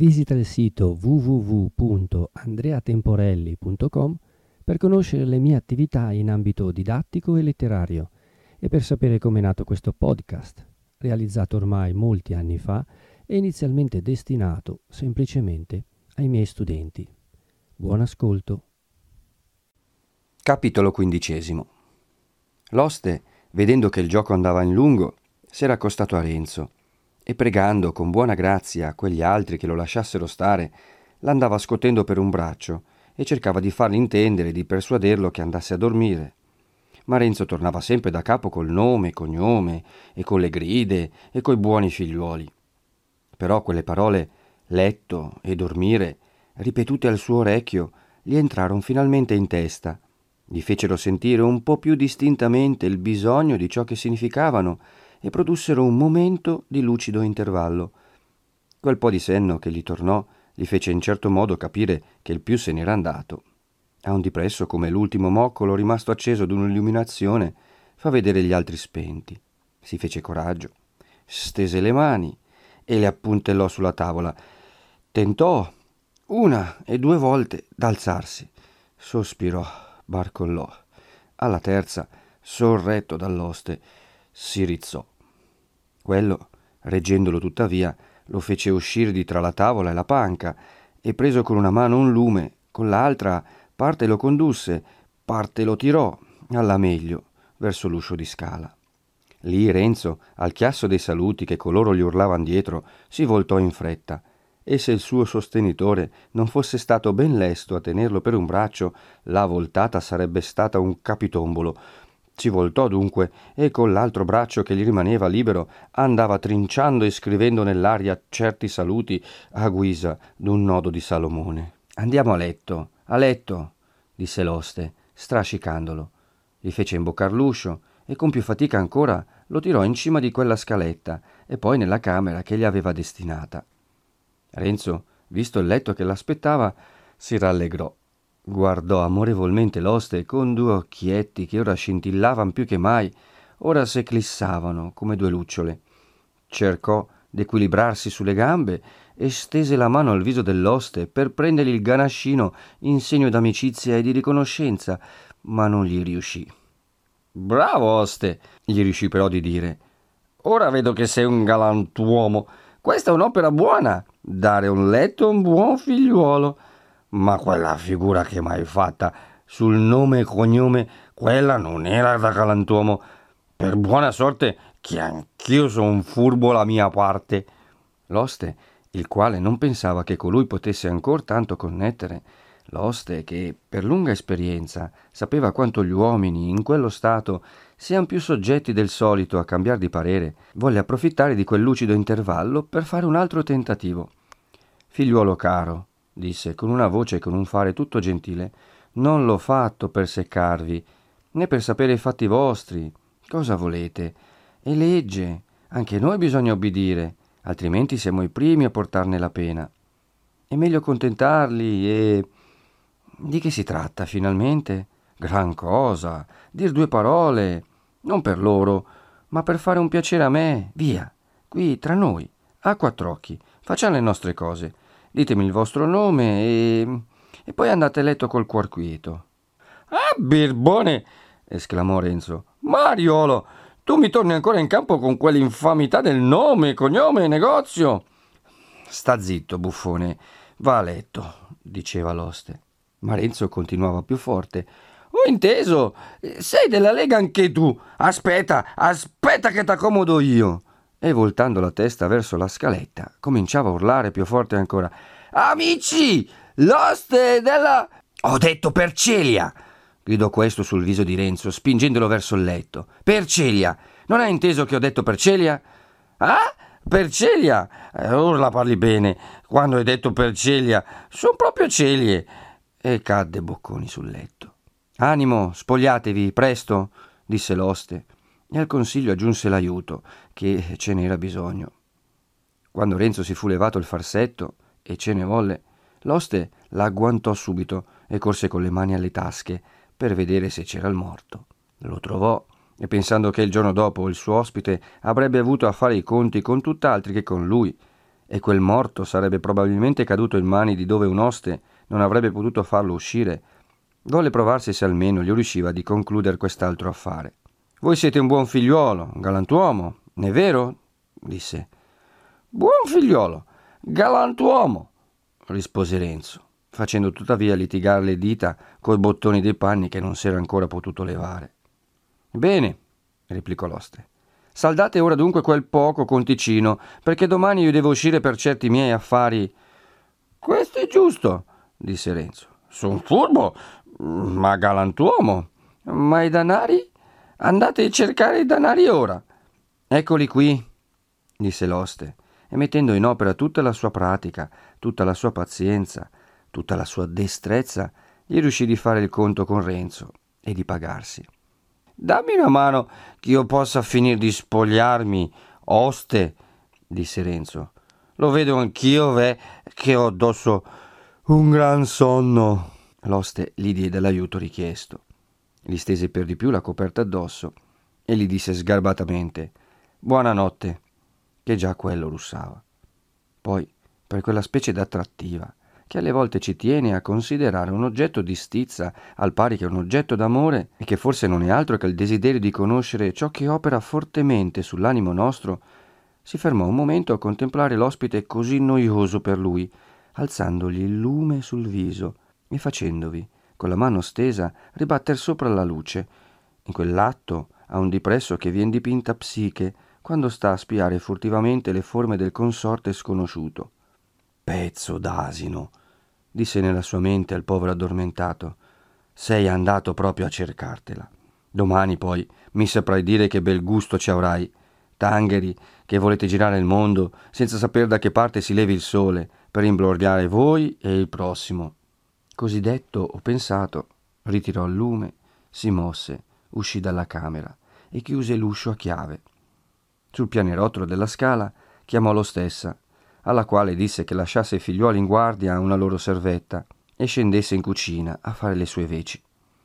Visita il sito www.andreatemporelli.com per conoscere le mie attività in ambito didattico e letterario e per sapere come è nato questo podcast, realizzato ormai molti anni fa e inizialmente destinato semplicemente ai miei studenti. Buon ascolto. Capitolo 15. L'oste, vedendo che il gioco andava in lungo, s'era accostato a Renzo e pregando con buona grazia quegli altri che lo lasciassero stare, l'andava scotendo per un braccio e cercava di fargli intendere, di persuaderlo che andasse a dormire. Ma Renzo tornava sempre da capo col nome e cognome e con le gride e coi buoni figliuoli. Però quelle parole letto e dormire, ripetute al suo orecchio, gli entrarono finalmente in testa. Gli fecero sentire un po' più distintamente il bisogno di ciò che significavano e produssero un momento di lucido intervallo. Quel po' di senno che gli tornò gli fece in certo modo capire che il più se n'era andato. A un dipresso, come l'ultimo moccolo rimasto acceso d'un'illuminazione, fa vedere gli altri spenti. Si fece coraggio, stese le mani e le appuntellò sulla tavola. Tentò 1 e 2 volte d'alzarsi. Sospirò, barcollò. Alla terza, sorretto dall'oste, si rizzò. Quello, reggendolo tuttavia, lo fece uscire di tra la tavola e la panca e, preso con una mano un lume, con l'altra parte lo condusse, parte lo tirò, alla meglio, verso l'uscio di scala. Lì Renzo, al chiasso dei saluti che coloro gli urlavan dietro, si voltò in fretta, e se il suo sostenitore non fosse stato ben lesto a tenerlo per un braccio, la voltata sarebbe stata un capitombolo. Si voltò dunque e con l'altro braccio che gli rimaneva libero andava trinciando e scrivendo nell'aria certi saluti a guisa d'un nodo di Salomone. «Andiamo a letto», disse l'oste, strascicandolo. Gli fece imboccar l'uscio e con più fatica ancora lo tirò in cima di quella scaletta e poi nella camera che gli aveva destinata. Renzo, visto il letto che l'aspettava, si rallegrò. Guardò amorevolmente l'oste con 2 occhietti che ora scintillavan più che mai, ora s'eclissavano come 2 lucciole. Cercò d'equilibrarsi sulle gambe e stese la mano al viso dell'oste per prendergli il ganascino in segno d'amicizia e di riconoscenza, ma non gli riuscì. «Bravo, oste!» gli riuscì però di dire. «Ora vedo che sei un galantuomo. Questa è un'opera buona, dare un letto a un buon figliuolo. Ma quella figura che m'hai fatta sul nome e cognome, quella non era da galantuomo. Per buona sorte che anch'io sono un furbo la mia parte». L'oste, il quale non pensava che colui potesse ancor tanto connettere, l'oste che per lunga esperienza sapeva quanto gli uomini in quello stato siano più soggetti del solito a cambiar di parere, volle approfittare di quel lucido intervallo per fare un altro tentativo. «Figliuolo caro», disse con una voce e con un fare tutto gentile, «non l'ho fatto per seccarvi, né per sapere i fatti vostri. Cosa volete? È legge, anche noi bisogna obbedire, altrimenti siamo i primi a portarne la pena. È meglio contentarli e... Di che si tratta, finalmente? Gran cosa, dir 2 parole, non per loro, ma per fare un piacere a me. Via, qui tra noi, a 4 occhi, facciamo le nostre cose. Ditemi il vostro nome e poi andate a letto col cuor quieto». «Ah, birbone!» esclamò Renzo. «Mariolo, tu mi torni ancora in campo con quell'infamità del nome, cognome e negozio!» «Sta zitto, buffone, va a letto», diceva l'oste. Ma Renzo continuava più forte. «Ho inteso, sei della Lega anche tu. Aspetta che t'accomodo io». E voltando la testa verso la scaletta, cominciava a urlare più forte ancora. «Amici, l'oste della...» «Ho detto per Celia!» gridò questo sul viso di Renzo, spingendolo verso il letto. «Per Celia! Non hai inteso che ho detto per Celia?» «Ah? Per Celia? Ora la parli bene. Quando hai detto per Celia, son proprio celie!» E cadde bocconi sul letto. «Animo, spogliatevi, presto!» disse l'oste, e al consiglio aggiunse l'aiuto, che ce n'era bisogno. Quando Renzo si fu levato il farsetto e ce ne volle, l'oste la agguantò subito e corse con le mani alle tasche per vedere se c'era il morto. Lo trovò e, pensando che il giorno dopo il suo ospite avrebbe avuto a fare i conti con tutt'altri che con lui, e quel morto sarebbe probabilmente caduto in mani di dove un oste non avrebbe potuto farlo uscire, volle provarsi se almeno gli riusciva di concludere quest'altro affare. «Voi siete un buon figliuolo, un galantuomo, non è vero?» disse. «Buon figliuolo, galantuomo», rispose Renzo, facendo tuttavia litigare le dita coi bottoni dei panni che non s'era ancora potuto levare. «Bene», replicò l'oste. «Saldate ora dunque quel poco conticino, perché domani io devo uscire per certi miei affari». «Questo è giusto», disse Renzo. «Son furbo, ma galantuomo. Ma i danari? Andate a cercare i danari ora». «Eccoli qui», disse l'oste, e mettendo in opera tutta la sua pratica, tutta la sua pazienza, tutta la sua destrezza, gli riuscì di fare il conto con Renzo e di pagarsi. «Dammi una mano che io possa finire di spogliarmi, oste», disse Renzo. «Lo vedo anch'io, che ho addosso un gran sonno». L'oste gli diede l'aiuto richiesto, gli stese per di più la coperta addosso e gli disse sgarbatamente «Buonanotte», che già quello russava. Poi, per quella specie d'attrattiva che alle volte ci tiene a considerare un oggetto di stizza al pari che un oggetto d'amore, e che forse non è altro che il desiderio di conoscere ciò che opera fortemente sull'animo nostro, si fermò un momento a contemplare l'ospite così noioso per lui, alzandogli il lume sul viso e facendovi, con la mano stesa, ribatter sopra la luce, in quell'atto a un dipresso che vien dipinta psiche quando sta a spiare furtivamente le forme del consorte sconosciuto. «Pezzo d'asino», disse nella sua mente al povero addormentato, «sei andato proprio a cercartela. Domani poi mi saprai dire che bel gusto ci avrai, tangheri che volete girare il mondo senza saper da che parte si levi il sole per imblordiare voi e il prossimo». Così detto o pensato, ritirò il lume, si mosse, uscì dalla camera e chiuse l'uscio a chiave. Sul pianerottolo della scala chiamò l'ostessa, alla quale disse che lasciasse i figliuoli in guardia a una loro servetta e scendesse in cucina a fare le sue veci.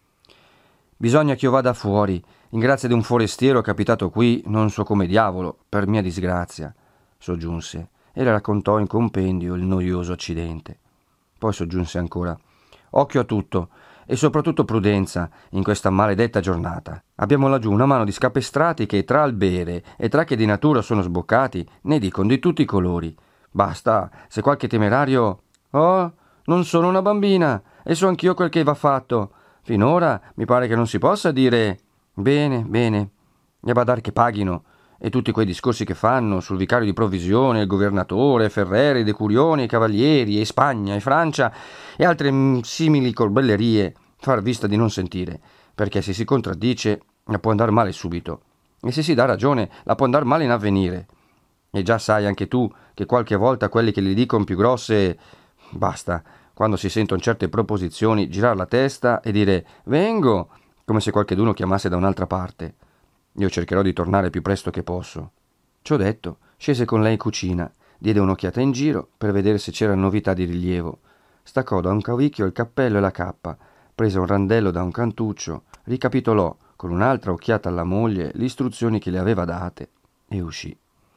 «Bisogna che io vada fuori, in grazia di un forestiero capitato qui, non so come diavolo, per mia disgrazia», soggiunse, e le raccontò in compendio il noioso accidente. Poi soggiunse ancora: «Occhio a tutto, e soprattutto prudenza in questa maledetta giornata. Abbiamo laggiù una mano di scapestrati che tra il bere e tra che di natura sono sboccati ne dicono di tutti i colori. Basta, se qualche temerario... Oh, non sono una bambina e so anch'io quel che va fatto. Finora mi pare che non si possa dire bene, bene, e badar che paghino, e tutti quei discorsi che fanno sul vicario di provvisione, il governatore, Ferreri, Decurioni, i cavalieri, e Spagna, e Francia, e altre simili corbellerie, far vista di non sentire, perché se si contraddice la può andar male subito, e se si dà ragione la può andar male in avvenire. E già sai anche tu che qualche volta quelli che li dicono più grosse, basta, quando si sentono certe proposizioni, girar la testa e dire «vengo», come se qualcheduno chiamasse da un'altra parte. Io cercherò di tornare più presto che posso». Ciò detto, scese con lei in cucina, diede un'occhiata in giro per vedere se c'era novità di rilievo, staccò da un cavicchio il cappello e la cappa, prese un randello da un cantuccio, ricapitolò con un'altra occhiata alla moglie le istruzioni che le aveva date e uscì.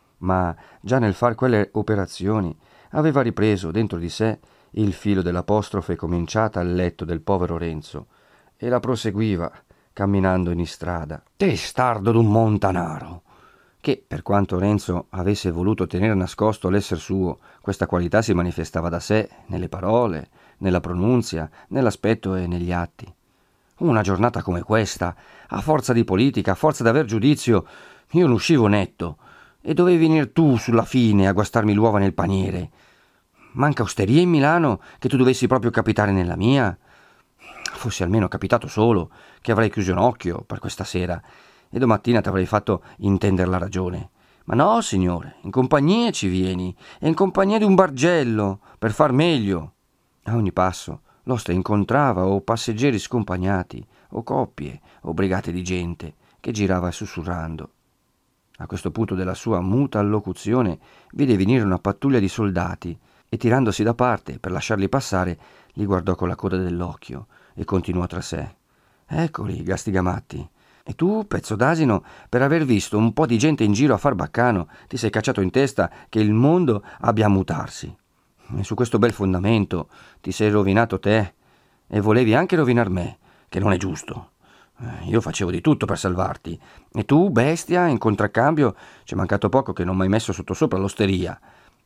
Ma già nel far quelle operazioni aveva ripreso dentro di sé il filo dell'apostrofe cominciata al letto del povero Renzo e la proseguiva camminando in istrada. «Testardo d'un montanaro!» Che, per quanto Renzo avesse voluto tenere nascosto l'esser suo, questa qualità si manifestava da sé nelle parole, nella pronunzia, nell'aspetto e negli atti. Una giornata come questa, a forza di politica, a forza d'aver giudizio, io ne uscivo netto, e dovevi venire tu sulla fine a guastarmi l'uova nel paniere. Manca osteria in Milano che tu dovessi proprio capitare nella mia? Fossi almeno capitato solo, che avrei chiuso un occhio per questa sera e domattina ti avrei fatto intendere la ragione. Ma no, signore, in compagnia ci vieni, e in compagnia di un bargello, per far meglio. A ogni passo l'oste incontrava o passeggeri scompagnati, o coppie, o brigate di gente, che girava sussurrando. A questo punto della sua muta allocuzione vide venire una pattuglia di soldati e, tirandosi da parte per lasciarli passare, li guardò con la coda dell'occhio e continuò tra sé: «Eccoli, i Gastigamatti, E tu, pezzo d'asino, per aver visto un po' di gente in giro a far baccano, ti sei cacciato in testa che il mondo abbia a mutarsi. E su questo bel fondamento ti sei rovinato te e volevi anche rovinar me, che non è giusto. Io facevo di tutto per salvarti. E tu, bestia, in contraccambio, c'è mancato poco che non mi hai messo sottosopra l'osteria.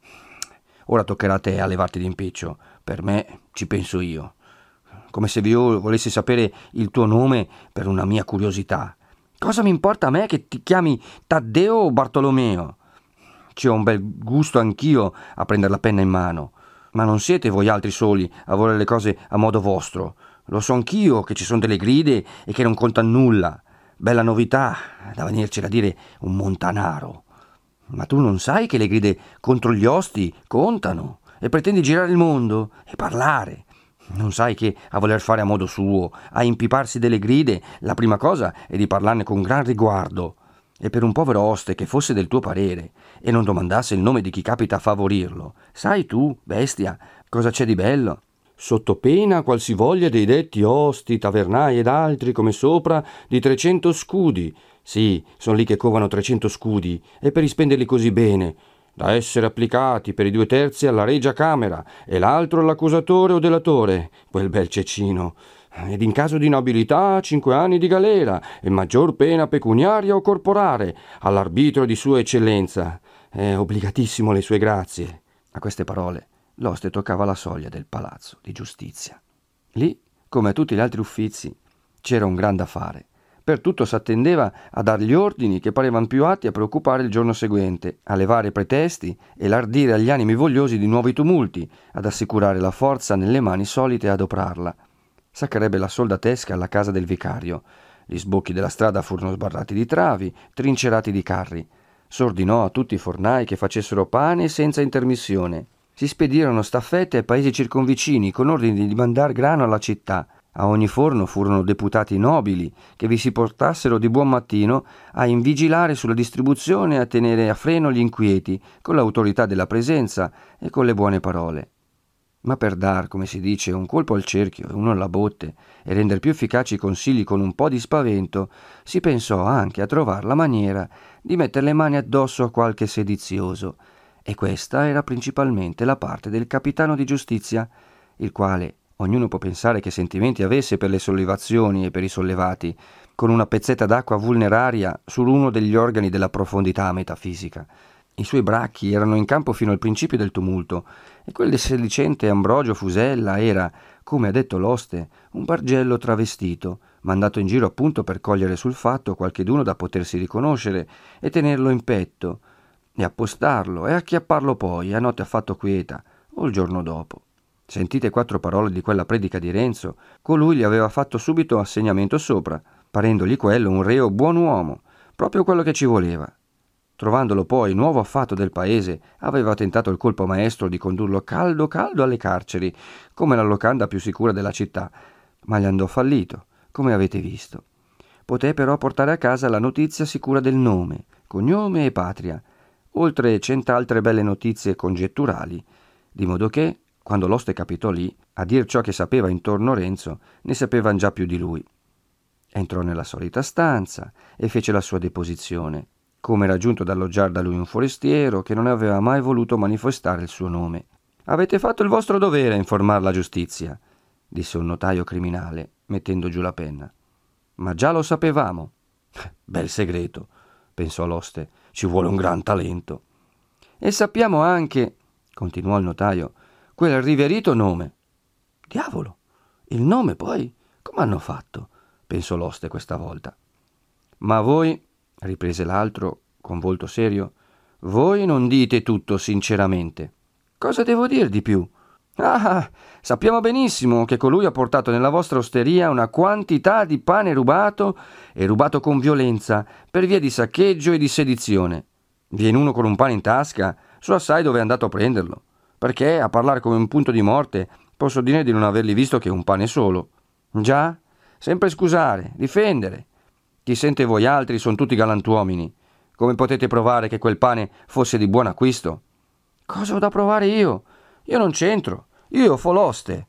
Ora toccherà a te a levarti d'impiccio. Per me ci penso io. Come se io volessi sapere il tuo nome per una mia curiosità. Cosa mi importa a me che ti chiami Taddeo o Bartolomeo? Ci ho un bel gusto anch'io a prendere la penna in mano. Ma non siete voi altri soli a volere le cose a modo vostro. Lo so anch'io che ci sono delle gride e che non conta nulla. Bella novità, da venirci a dire un montanaro. Ma tu non sai che le gride contro gli osti contano e pretendi girare il mondo e parlare. Non sai che a voler fare a modo suo, a impiparsi delle gride, la prima cosa è di parlarne con gran riguardo. E per un povero oste che fosse del tuo parere e non domandasse il nome di chi capita a favorirlo, sai tu, bestia, cosa c'è di bello? Sotto pena qualsivoglia dei detti osti, tavernai ed altri come sopra di 300 scudi. Sì, son lì che covano 300 scudi e per rispenderli così bene, da essere applicati per i 2/3 alla Regia Camera e l'altro all'accusatore o delatore, quel bel cecino. Ed in caso di inabilità 5 anni di galera e maggior pena pecuniaria o corporale all'arbitro di sua eccellenza. È obbligatissimo le sue grazie. A queste parole l'oste toccava la soglia del palazzo di giustizia. Lì, come a tutti gli altri uffizi, c'era un gran da fare. Per tutto s'attendeva a dar gli ordini che parevano più atti a preoccupare il giorno seguente, a levare pretesti e l'ardire agli animi vogliosi di nuovi tumulti, ad assicurare la forza nelle mani solite ad oprarla. Saccherebbe la soldatesca alla casa del vicario. Gli sbocchi della strada furono sbarrati di travi, trincerati di carri. S'ordinò a tutti i fornai che facessero pane senza intermissione. Si spedirono staffette ai paesi circonvicini con ordini di mandar grano alla città. A ogni forno furono deputati nobili che vi si portassero di buon mattino a invigilare sulla distribuzione e a tenere a freno gli inquieti con l'autorità della presenza e con le buone parole. Ma per dar, come si dice, un colpo al cerchio e uno alla botte e rendere più efficaci i consigli con un po' di spavento, si pensò anche a trovar la maniera di mettere le mani addosso a qualche sedizioso, e questa era principalmente la parte del capitano di giustizia, il quale ognuno può pensare che sentimenti avesse per le sollevazioni e per i sollevati, con una pezzetta d'acqua vulneraria su uno degli organi della profondità metafisica. I suoi bracchi erano in campo fino al principio del tumulto, e quel del sedicente Ambrogio Fusella era, come ha detto l'oste, un bargello travestito, mandato in giro appunto per cogliere sul fatto qualcheduno da potersi riconoscere e tenerlo in petto, e appostarlo e acchiapparlo poi a notte affatto quieta o il giorno dopo. Sentite 4 parole di quella predica di Renzo, colui gli aveva fatto subito assegnamento sopra, parendogli quello un reo buon uomo, proprio quello che ci voleva. Trovandolo poi nuovo affatto del paese, aveva tentato il colpo maestro di condurlo caldo caldo alle carceri, come la locanda più sicura della città, ma gli andò fallito, come avete visto. Poté però portare a casa la notizia sicura del nome, cognome e patria, oltre 100 altre belle notizie congetturali, di modo che, quando l'oste capitò lì, a dir ciò che sapeva intorno Renzo, ne sapevan già più di lui. Entrò nella solita stanza e fece la sua deposizione, come era giunto ad alloggiar da lui un forestiero che non aveva mai voluto manifestare il suo nome. «Avete fatto il vostro dovere a informar la giustizia», disse un notaio criminale, mettendo giù la penna. «Ma già lo sapevamo». «Bel segreto», pensò l'oste, «ci vuole un gran talento». «E sappiamo anche», continuò il notaio, «quel riverito nome». «Diavolo, il nome poi? Come hanno fatto?» pensò l'oste questa volta. «Ma voi», riprese l'altro con volto serio, «voi non dite tutto sinceramente». «Cosa devo dir di più?» «Ah, sappiamo benissimo che colui ha portato nella vostra osteria una quantità di pane rubato e rubato con violenza per via di saccheggio e di sedizione. Viene uno con un pane in tasca, so assai dove è andato a prenderlo, perché a parlare come un punto di morte posso dire di non averli visto che un pane solo. Già, sempre scusare, difendere. Chi sente voi altri sono tutti galantuomini. Come potete provare che quel pane fosse di buon acquisto?» «Cosa ho da provare io? Io non c'entro. Io fo l'oste».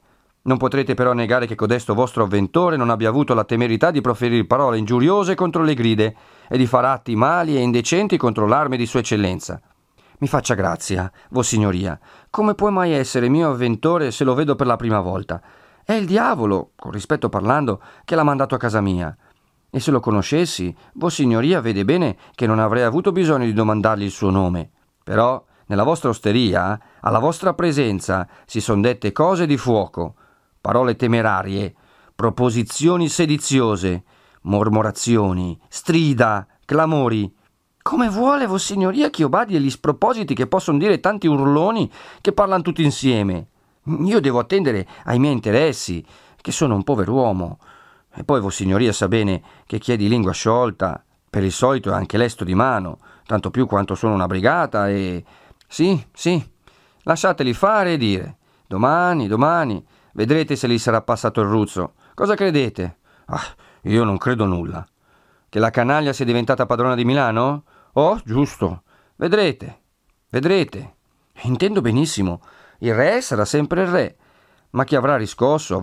Non potrete però negare che codesto vostro avventore non abbia avuto la temerità di proferire parole ingiuriose contro le gride e di far atti mali e indecenti contro l'arme di sua eccellenza. Mi faccia grazia, vossignoria, come può mai essere mio avventore se lo vedo per la prima volta? È il diavolo, con rispetto parlando, che l'ha mandato a casa mia. E se lo conoscessi, vossignoria vede bene che non avrei avuto bisogno di domandargli il suo nome. Però, nella vostra osteria, alla vostra presenza, si son dette cose di fuoco, parole temerarie, proposizioni sediziose, mormorazioni, strida, clamori. Come vuole vossignoria che io badi agli spropositi che possono dire tanti urloni che parlano tutti insieme? Io devo attendere ai miei interessi, che sono un pover'uomo. E poi vossignoria sa bene che chi è di lingua sciolta, per il solito è anche lesto di mano, tanto più quanto sono una brigata e... Sì, lasciateli fare e dire. Domani, vedrete se gli sarà passato il ruzzo. Cosa credete? Io non credo nulla. Che la canaglia sia diventata padrona di Milano? Oh, giusto. Vedrete. Intendo benissimo. Il re sarà sempre il re. Ma chi avrà riscosso,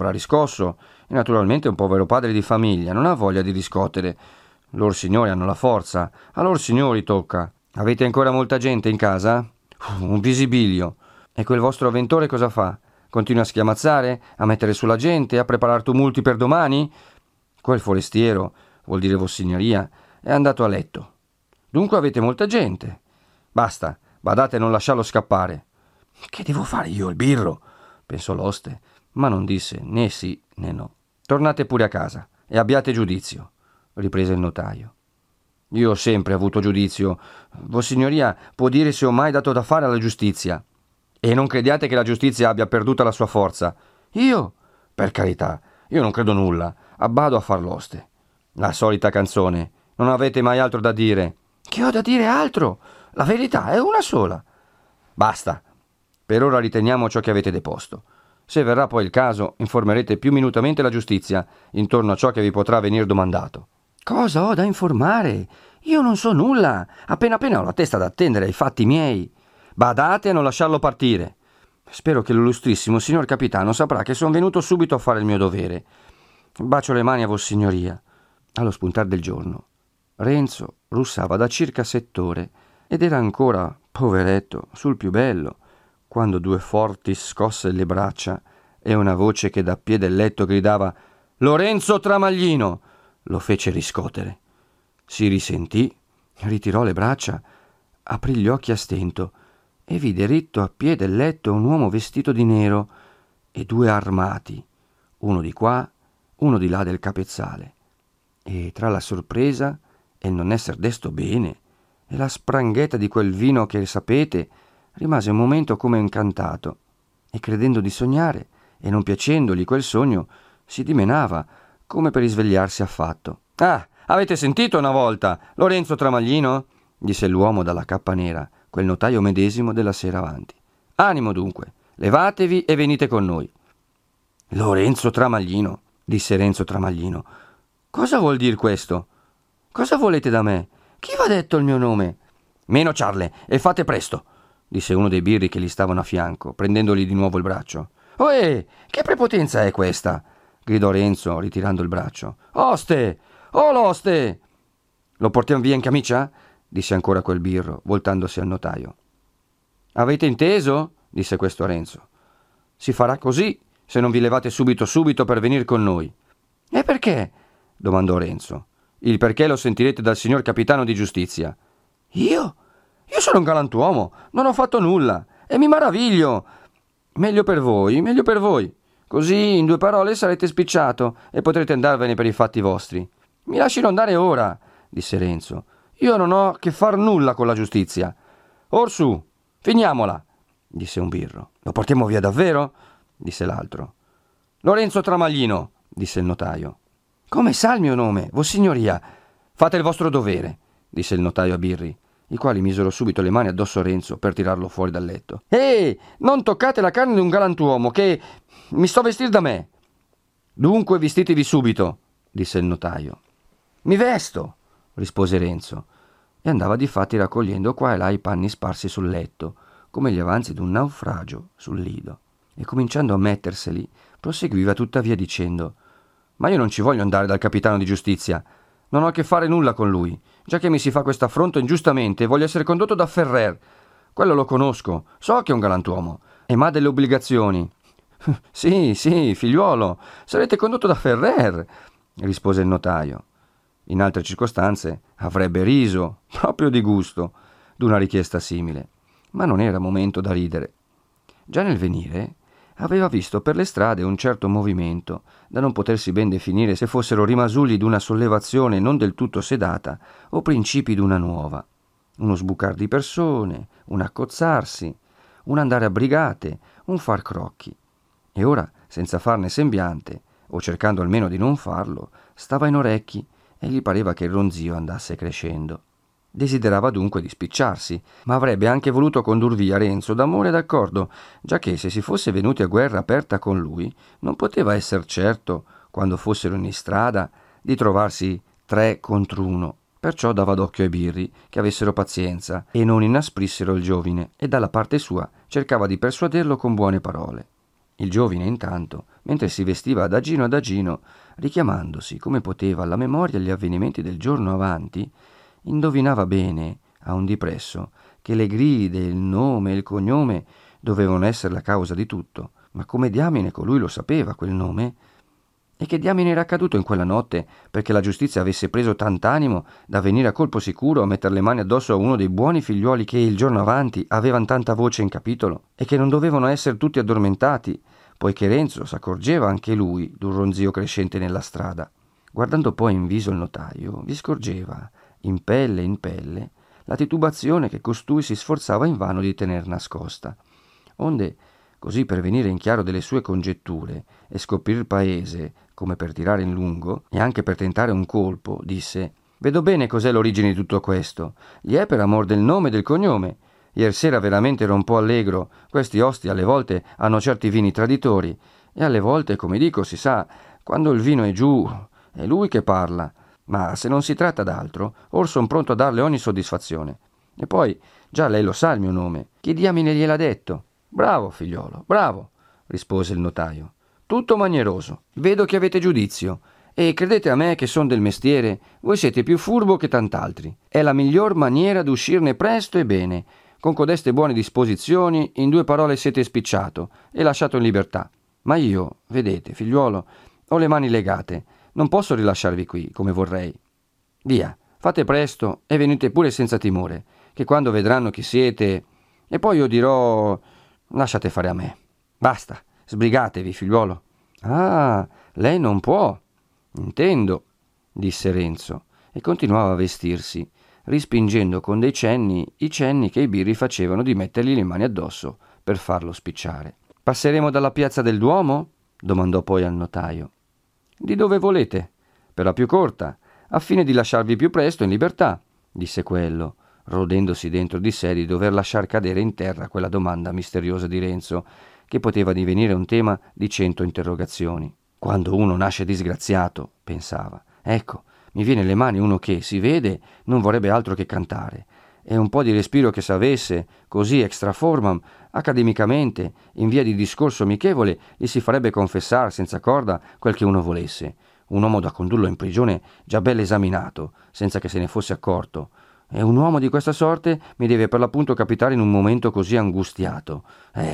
E naturalmente un povero padre di famiglia non ha voglia di riscottere. Lor signori hanno la forza. A lor signori tocca. Avete ancora molta gente in casa? Un visibilio. E quel vostro avventore cosa fa? Continua a schiamazzare? A mettere sulla gente? A preparar tumulti per domani? Quel forestiero, vuol dire vossignoria, è andato a letto. Dunque avete molta gente. Basta, badate a non lasciarlo scappare. Che devo fare io, il birro? Pensò l'oste, ma non disse né sì né no. Tornate pure a casa e abbiate giudizio, riprese il notaio. Io ho sempre avuto giudizio. Vossignoria può dire se ho mai dato da fare alla giustizia. E non crediate che la giustizia abbia perduta la sua forza. Io? Per carità, io non credo nulla. Abbado a far l'oste. La solita canzone. Non avete mai altro da dire? Che ho da dire altro? La verità è una sola. Basta. Per ora riteniamo ciò che avete deposto. Se verrà poi il caso, informerete più minutamente la giustizia intorno a ciò che vi potrà venir domandato. Cosa ho da informare? Io non so nulla. Appena ho la testa da attendere ai fatti miei. Badate a non lasciarlo partire. Spero che l'illustrissimo signor capitano saprà che sono venuto subito a fare il mio dovere. Bacio le mani a vossignoria. Allo spuntar del giorno, Renzo russava da circa 7 ore ed era ancora, poveretto, sul più bello, quando 2 forti scosse le braccia e una voce che da piede del letto gridava «Lorenzo Tramaglino!» lo fece riscotere. Si risentì, ritirò le braccia, aprì gli occhi a stento e vide ritto a piede del letto un uomo vestito di nero e 2 armati, uno di qua, uno di là del capezzale. E tra la sorpresa e il non esser desto bene e la spranghetta di quel vino che sapete, rimase un momento come incantato e credendo di sognare e non piacendogli quel sogno si dimenava come per risvegliarsi affatto. «Ah, avete sentito una volta, Lorenzo Tramaglino?» disse l'uomo dalla cappa nera, quel notaio medesimo della sera avanti. «Animo dunque, levatevi e venite con noi». «Lorenzo Tramaglino», disse Renzo Tramaglino. «Cosa vuol dir questo? Cosa volete da me? Chi v'ha detto il mio nome?» «Meno ciarle e fate presto», disse uno dei birri che gli stavano a fianco, prendendogli di nuovo il braccio. «Ohè, che prepotenza è questa?» gridò Renzo, ritirando il braccio. «Oste! Oh, l'oste!» «Lo portiamo via in camicia?» disse ancora quel birro, voltandosi al notaio. «Avete inteso?» disse questo a Renzo. «Si farà così, se non vi levate subito per venir con noi». «E perché?» domandò Renzo. «Il perché lo sentirete dal signor capitano di giustizia». «Io? Io sono un galantuomo, non ho fatto nulla e mi maraviglio. Meglio per voi. Così in 2 parole sarete spicciato e potrete andarvene per i fatti vostri». «Mi lasciano andare ora», disse Renzo. «Io non ho che far nulla con la giustizia». «Orsù, finiamola», disse un birro. «Lo portiamo via davvero?» disse l'altro. «Lorenzo Tramaglino», disse il notaio. «Come sa il mio nome, vossignoria?» «Fate il vostro dovere», disse il notaio a birri, i quali misero subito le mani addosso a Renzo per tirarlo fuori dal letto. Non toccate la carne di un galantuomo, che mi sto a vestir da me». «Dunque vestitevi subito», disse il notaio. «Mi vesto», rispose Renzo, e andava difatti raccogliendo qua e là i panni sparsi sul letto, come gli avanzi d'un naufragio sul lido. e cominciando a metterseli, proseguiva tuttavia dicendo: «Ma io non ci voglio andare dal capitano di giustizia. Non ho a che fare nulla con lui. Già che mi si fa questo affronto ingiustamente, voglio essere condotto da Ferrer. Quello lo conosco, so che è un galantuomo e m'ha delle obbligazioni». Sì, figliuolo, sarete condotto da Ferrer, rispose il notaio. In altre circostanze avrebbe riso, proprio di gusto, d'una richiesta simile, ma non era momento da ridere. Già nel venire aveva visto per le strade un certo movimento, da non potersi ben definire se fossero rimasugli d'una sollevazione non del tutto sedata o principi d'una nuova. Uno sbucar di persone, un accozzarsi, un andare a brigate, un far crocchi. E ora, senza farne sembiante, o cercando almeno di non farlo, stava in orecchi e gli pareva che il ronzio andasse crescendo. Desiderava dunque di spicciarsi, ma avrebbe anche voluto condur via Renzo d'amore e d'accordo, giacché se si fosse venuti a guerra aperta con lui, non poteva esser certo, quando fossero in istrada, di trovarsi 3 contro 1. Perciò dava d'occhio ai birri, che avessero pazienza e non inasprissero il giovine, e dalla parte sua cercava di persuaderlo con buone parole. Il giovine, intanto, mentre si vestiva adagino adagino, richiamandosi come poteva alla memoria gli avvenimenti del giorno avanti, indovinava bene, a un dipresso, che le gride, il nome e il cognome dovevano essere la causa di tutto. Ma come diamine colui lo sapeva, quel nome? E che diamine era accaduto in quella notte perché la giustizia avesse preso tant'animo da venire a colpo sicuro a mettere le mani addosso a uno dei buoni figliuoli che il giorno avanti avevano tanta voce in capitolo e che non dovevano essere tutti addormentati, poiché Renzo s'accorgeva anche lui d'un ronzio crescente nella strada. Guardando poi in viso il notaio, vi scorgeva, in pelle, la titubazione che costui si sforzava invano di tener nascosta. Onde, così per venire in chiaro delle sue congetture e scoprir il paese, come per tirare in lungo, e anche per tentare un colpo, disse: «Vedo bene cos'è l'origine di tutto questo. Gli è per amor del nome e del cognome. Iersera veramente ero un po' allegro. Questi osti alle volte hanno certi vini traditori, e alle volte, come dico, si sa, quando il vino è giù, è lui che parla. Ma se non si tratta d'altro, or son pronto a darle ogni soddisfazione. E poi, già lei lo sa il mio nome. Chi diamine gliel'ha detto?» «Bravo, figliolo, bravo», rispose il notaio. «Tutto manieroso. Vedo che avete giudizio. E credete a me che son del mestiere, voi siete più furbo che tant'altri. È la miglior maniera d'uscirne presto e bene. Con codeste buone disposizioni, in 2 parole siete spicciato e lasciato in libertà. Ma io, vedete, figliuolo, ho le mani legate. Non posso rilasciarvi qui, come vorrei. Via, fate presto e venite pure senza timore, che quando vedranno chi siete... E poi io dirò... Lasciate fare a me. Basta, sbrigatevi, figliuolo». «Ah, lei non può». «Intendo», disse Renzo, e continuava a vestirsi, rispingendo con dei cenni i cenni che i birri facevano di mettergli le mani addosso per farlo spicciare. «Passeremo dalla piazza del Duomo?» domandò poi al notaio. «Di dove volete? Per la più corta, a fine di lasciarvi più presto in libertà», disse quello, rodendosi dentro di sé di dover lasciar cadere in terra quella domanda misteriosa di Renzo, che poteva divenire un tema di 100 interrogazioni. «Quando uno nasce disgraziato», pensava, «ecco, mi viene alle mani uno che, si vede, non vorrebbe altro che cantare, e un po' di respiro che s'avesse, così extra formam, accademicamente, in via di discorso amichevole, gli si farebbe confessar senza corda quel che uno volesse, un uomo da condurlo in prigione già bello esaminato, senza che se ne fosse accorto. E un uomo di questa sorte mi deve per l'appunto capitare in un momento così angustiato.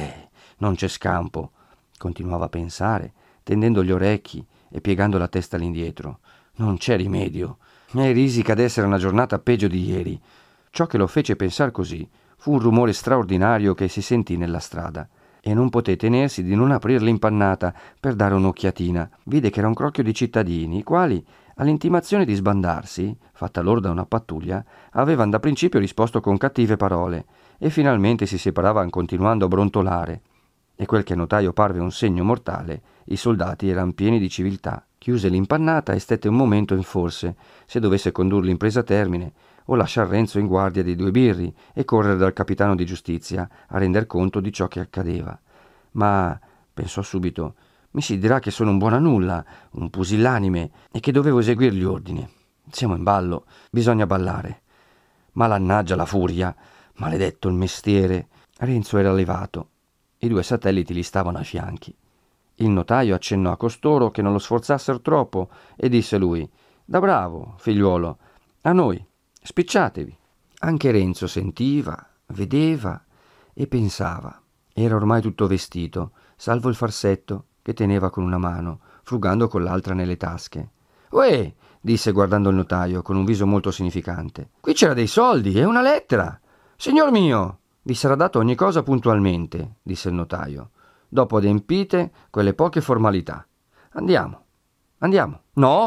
Non c'è scampo», continuava a pensare, tendendo gli orecchi e piegando la testa all'indietro. «Non c'è rimedio. E risica d'essere una giornata peggio di ieri». Ciò che lo fece pensar così fu un rumore straordinario che si sentì nella strada, e non poté tenersi di non aprir l'impannata per dare un'occhiatina. Vide che era un crocchio di cittadini, i quali, all'intimazione di sbandarsi, fatta loro da una pattuglia, avevano da principio risposto con cattive parole, e finalmente si separavan continuando a brontolare. E quel che al notaio parve un segno mortale, i soldati eran pieni di civiltà. Chiuse l'impannata e stette un momento in forse, se dovesse condurre l'impresa a termine, o lasciar Renzo in guardia dei 2 birri e correre dal capitano di giustizia a render conto di ciò che accadeva. Ma, pensò subito, mi si dirà che sono un buon a nulla, un pusillanime, e che dovevo eseguir gli ordini. Siamo in ballo, bisogna ballare. Malannaggia la furia, maledetto il mestiere. Renzo era levato. I 2 satelliti gli stavano ai fianchi. Il notaio accennò a costoro che non lo sforzassero troppo e disse lui: «Da bravo, figliuolo, a noi, spicciatevi». Anche Renzo sentiva, vedeva e pensava. Era ormai tutto vestito, salvo il farsetto che teneva con una mano, frugando con l'altra nelle tasche. «Uè!» disse guardando il notaio con un viso molto significante. «Qui c'era dei soldi e una lettera!» «Signor mio, vi sarà dato ogni cosa puntualmente», disse il notaio. «Dopo adempite quelle poche formalità. Andiamo, andiamo».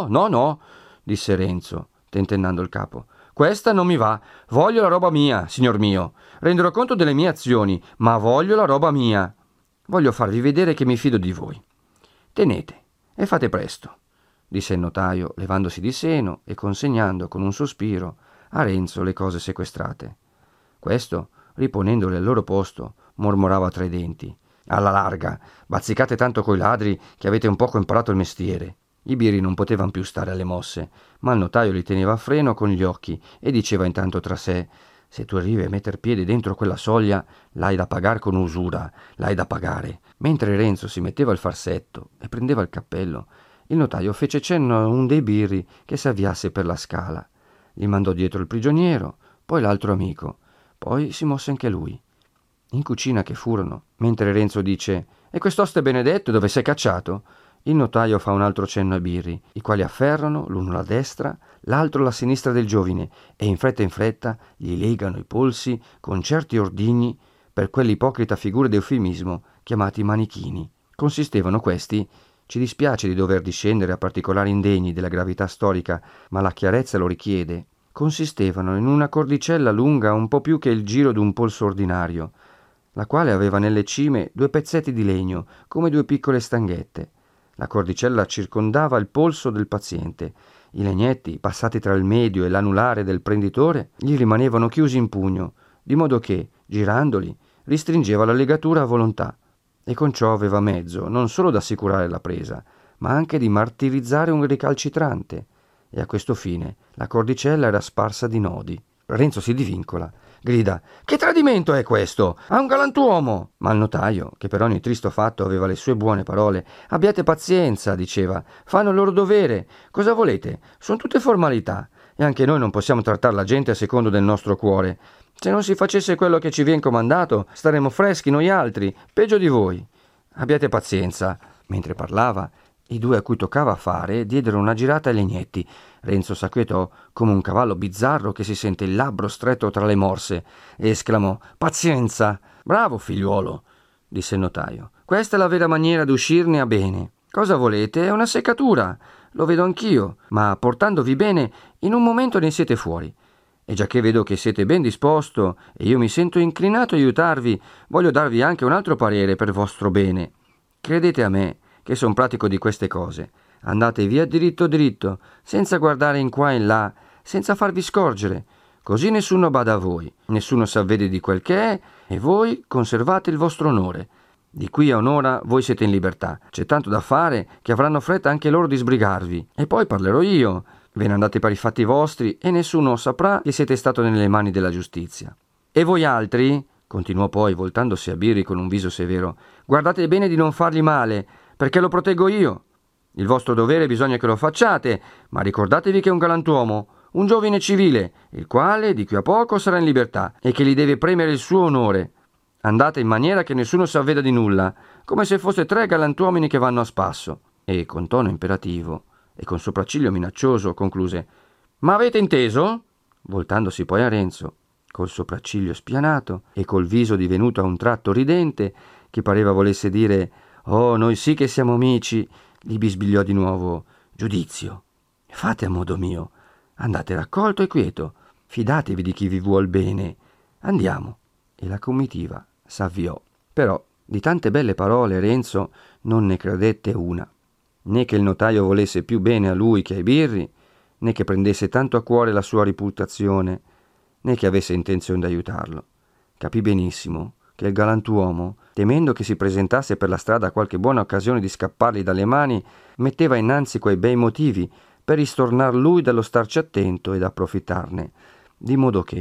No, disse Renzo, tentennando il capo. «Questa non mi va. Voglio la roba mia, signor mio. Renderò conto delle mie azioni, ma voglio la roba mia. Voglio farvi vedere che mi fido di voi. Tenete e fate presto», disse il notaio, levandosi di seno e consegnando con un sospiro a Renzo le cose sequestrate. Questo, riponendole al loro posto, mormorava tra i denti: «Alla larga, bazzicate tanto coi ladri che avete un poco imparato il mestiere». I birri non potevano più stare alle mosse, ma il notaio li teneva a freno con gli occhi e diceva intanto tra sé: «Se tu arrivi a metter piede dentro quella soglia, l'hai da pagar con usura, l'hai da pagare». Mentre Renzo si metteva il farsetto e prendeva il cappello, il notaio fece cenno a un dei birri che si avviasse per la scala. Gli mandò dietro il prigioniero, poi l'altro amico, poi si mosse anche lui. In cucina che furono, mentre Renzo dice: «E quest'oste benedetto dove sei cacciato?» Il notaio fa un altro cenno ai birri, i quali afferrano l'uno la destra, l'altro la sinistra del giovine e in fretta gli legano i polsi con certi ordigni per quell'ipocrita figura d'eufemismo chiamati manichini. Consistevano questi, ci dispiace di dover discendere a particolari indegni della gravità storica, ma la chiarezza lo richiede, consistevano in una cordicella lunga un po' più che il giro d'un polso ordinario, la quale aveva nelle cime 2 pezzetti di legno come 2 piccole stanghette. La cordicella circondava il polso del paziente. I legnetti, passati tra il medio e l'anulare del prenditore, gli rimanevano chiusi in pugno, di modo che, girandoli, ristringeva la legatura a volontà, e con ciò aveva mezzo non solo d'assicurare la presa, ma anche di martirizzare un ricalcitrante, e a questo fine la cordicella era sparsa di nodi. Renzo si divincola, grida: «Che tradimento è questo? A un galantuomo!» Ma il notaio, che per ogni tristo fatto aveva le sue buone parole: «Abbiate pazienza», diceva, «fanno il loro dovere. Cosa volete? Sono tutte formalità, e anche noi non possiamo trattare la gente a secondo del nostro cuore. Se non si facesse quello che ci viene comandato, staremo freschi noi altri, peggio di voi. Abbiate pazienza». Mentre parlava, i 2 a cui toccava fare diedero una girata ai legnetti. Renzo s'acquietò come un cavallo bizzarro che si sente il labbro stretto tra le morse e esclamò: «Pazienza!» «Bravo, figliuolo», disse il notaio. «Questa è la vera maniera d'uscirne a bene. Cosa volete? È una seccatura, lo vedo anch'io, ma portandovi bene, in un momento ne siete fuori. E già che vedo che siete ben disposto e io mi sento inclinato a aiutarvi, voglio darvi anche un altro parere per vostro bene. Credete a me, che son pratico di queste cose. Andate via dritto, senza guardare in qua e in là, senza farvi scorgere. Così nessuno bada a voi, nessuno s'avvede di quel che è, e voi conservate il vostro onore. Di qui a un'ora voi siete in libertà. C'è tanto da fare che avranno fretta anche loro di sbrigarvi. E poi parlerò io. Ve ne andate per i fatti vostri e nessuno saprà che siete stato nelle mani della giustizia. E voi altri, continuò poi voltandosi a Birri con un viso severo, guardate bene di non fargli male, perché lo proteggo io. Il vostro dovere bisogna che lo facciate, ma ricordatevi che è un galantuomo, un giovine civile, il quale di qui a poco sarà in libertà e che gli deve premere il suo onore. Andate in maniera che nessuno s'avveda di nulla, come se foste 3 galantuomini che vanno a spasso. E con tono imperativo e con sopracciglio minaccioso concluse: «Ma avete inteso?» Voltandosi poi a Renzo, col sopracciglio spianato e col viso divenuto a un tratto ridente, che pareva volesse dire: «Oh, noi sì che siamo amici», gli bisbigliò di nuovo: «Giudizio. Fate a modo mio. Andate raccolto e quieto. Fidatevi di chi vi vuol bene. Andiamo». E la comitiva s'avviò. Però di tante belle parole Renzo non ne credette una. Né che il notaio volesse più bene a lui che ai birri, né che prendesse tanto a cuore la sua reputazione, né che avesse intenzione d'aiutarlo. Capì benissimo che il galantuomo, temendo che si presentasse per la strada qualche buona occasione di scappargli dalle mani, metteva innanzi quei bei motivi per ristornar lui dallo starci attento ed approfittarne, di modo che,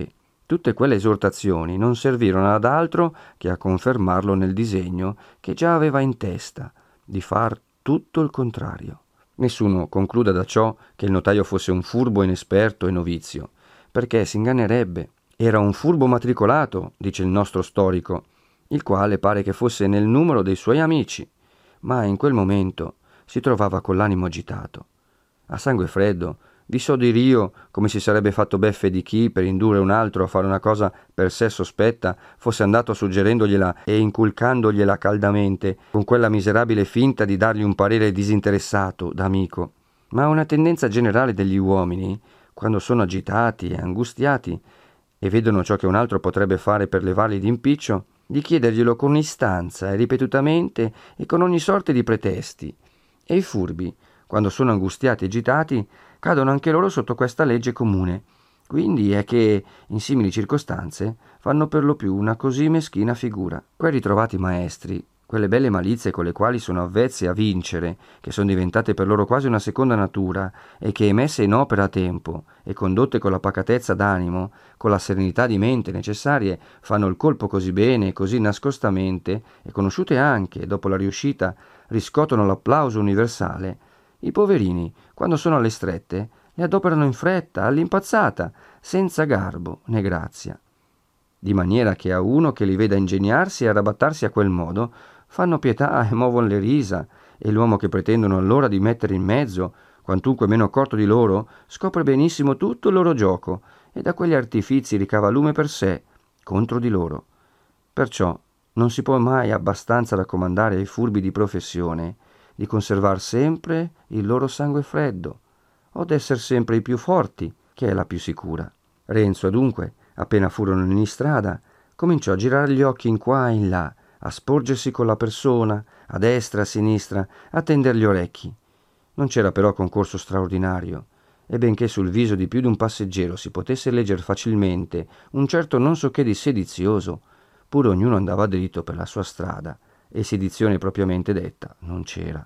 Tutte quelle esortazioni non servirono ad altro che a confermarlo nel disegno che già aveva in testa, di far tutto il contrario. Nessuno concluda da ciò che il notaio fosse un furbo inesperto e novizio, perché si ingannerebbe. Era un furbo matricolato, dice il nostro storico, il quale pare che fosse nel numero dei suoi amici, ma in quel momento si trovava con l'animo agitato. A sangue freddo vi so dir io come si sarebbe fatto beffe di chi, per indurre un altro a fare una cosa per sé sospetta, fosse andato suggerendogliela e inculcandogliela caldamente, con quella miserabile finta di dargli un parere disinteressato, da amico. Ma una tendenza generale degli uomini, quando sono agitati e angustiati e vedono ciò che un altro potrebbe fare per levarli d'impiccio, di chiederglielo con istanza e ripetutamente e con ogni sorta di pretesti. E i furbi, quando sono angustiati e agitati, cadono anche loro sotto questa legge comune. Quindi è che, in simili circostanze, fanno per lo più una così meschina figura. Quei ritrovati maestri, quelle belle malizie con le quali sono avvezzi a vincere, che sono diventate per loro quasi una seconda natura, e che, messe in opera a tempo e condotte con la pacatezza d'animo, con la serenità di mente necessarie, fanno il colpo così bene e così nascostamente, e conosciute anche, dopo la riuscita, riscuotono l'applauso universale. I poverini, quando sono alle strette, le adoperano in fretta, all'impazzata, senza garbo né grazia. Di maniera che a uno che li veda ingegnarsi e arrabattarsi a quel modo, fanno pietà e muovono le risa, e l'uomo che pretendono allora di mettere in mezzo, quantunque meno accorto di loro, scopre benissimo tutto il loro gioco, e da quegli artifizi ricava lume per sé, contro di loro. Perciò non si può mai abbastanza raccomandare ai furbi di professione di conservar sempre il loro sangue freddo, o d'esser sempre i più forti, che è la più sicura. Renzo, dunque, appena furono in istrada, cominciò a girare gli occhi in qua e in là, a sporgersi con la persona, a destra e a sinistra, a tender gli orecchi. Non c'era però concorso straordinario, e benché sul viso di più d'un passeggero si potesse leggere facilmente un certo non so che di sedizioso, pure ognuno andava dritto per la sua strada, e sedizione propriamente detta non c'era.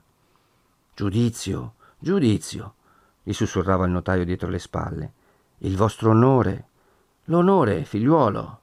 «Giudizio, giudizio», gli sussurrava il notaio dietro le spalle. «Il vostro onore, l'onore, figliuolo».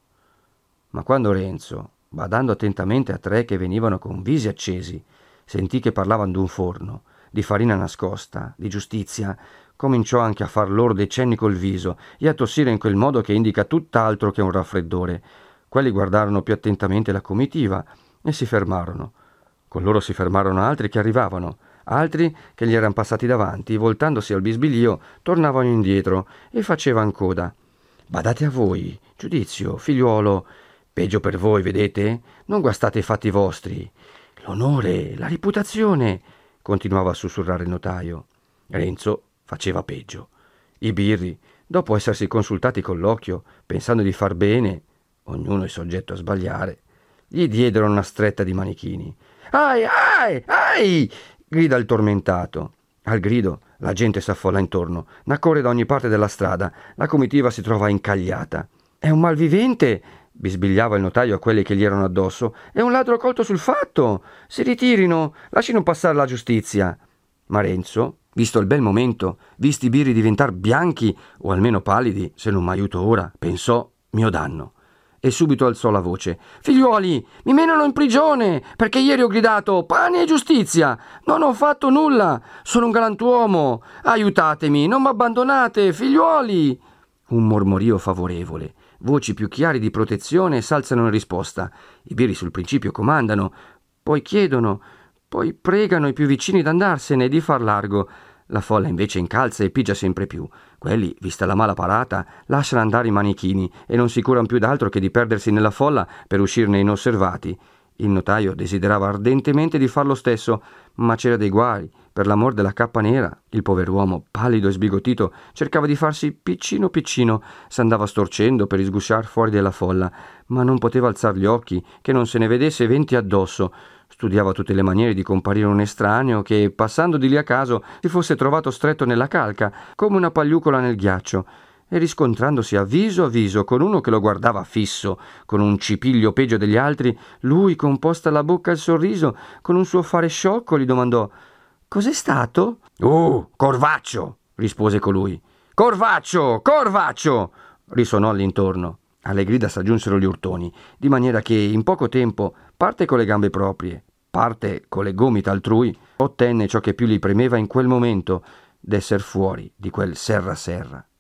Ma quando Renzo, badando attentamente a tre che venivano con visi accesi, sentì che parlavano d'un forno, di farina nascosta, di giustizia, cominciò anche a far loro dei cenni col viso e a tossire in quel modo che indica tutt'altro che un raffreddore. Quelli guardarono più attentamente la comitiva e si fermarono. Con loro si fermarono altri che arrivavano, altri che gli eran passati davanti, voltandosi al bisbiglio, tornavano indietro e facevan coda. «Badate a voi, giudizio, figliuolo, peggio per voi, vedete? Non guastate i fatti vostri. L'onore, la reputazione», continuava a sussurrare il notaio. Renzo faceva peggio. I birri, dopo essersi consultati con l'occhio, pensando di far bene, ognuno è soggetto a sbagliare, gli diedero una stretta di manichini. «Ai, ai, ai!» grida il tormentato. Al grido la gente s'affolla intorno, n'accorre da ogni parte della strada, la comitiva si trova incagliata. «È un malvivente!» bisbigliava il notaio a quelli che gli erano addosso. «È un ladro colto sul fatto! Si ritirino, lasciano passare la giustizia!» Ma Renzo, visto il bel momento, visti i birri diventar bianchi o almeno pallidi, se non m'aiuto ora, pensò mio danno. E subito alzò la voce. «Figliuoli, mi menano in prigione, perché ieri ho gridato pane e giustizia. Non ho fatto nulla, sono un galantuomo. Aiutatemi, non m'abbandonate, figliuoli!» Un mormorio favorevole, voci più chiari di protezione s'alzano in risposta. I birri sul principio comandano, poi chiedono, poi pregano i più vicini d'andarsene e di far largo. La folla invece incalza e pigia sempre più. Quelli, vista la mala parata, lasciano andare i manichini e non si curano più d'altro che di perdersi nella folla per uscirne inosservati. Il notaio desiderava ardentemente di far lo stesso, ma c'era dei guai. Per l'amor della cappa nera, il pover'uomo, pallido e sbigottito, cercava di farsi piccino piccino, s'andava storcendo per isgusciar fuori della folla, ma non poteva alzar gli occhi, che non se ne vedesse 20 addosso. Studiava tutte le maniere di comparire un estraneo che, passando di lì a caso, si fosse trovato stretto nella calca, come una pagliucola nel ghiaccio, e riscontrandosi a viso con uno che lo guardava fisso, con un cipiglio peggio degli altri, lui, composta alla bocca il sorriso, con un suo fare sciocco, gli domandò: «Cos'è stato?» «Corvaccio!» rispose colui. «Corvaccio! Corvaccio!» risonò all'intorno. Alle grida s'aggiunsero gli urtoni, di maniera che in poco tempo, parte con le gambe proprie, parte con le gomita altrui, ottenne ciò che più gli premeva in quel momento, d'esser fuori di quel serra serra.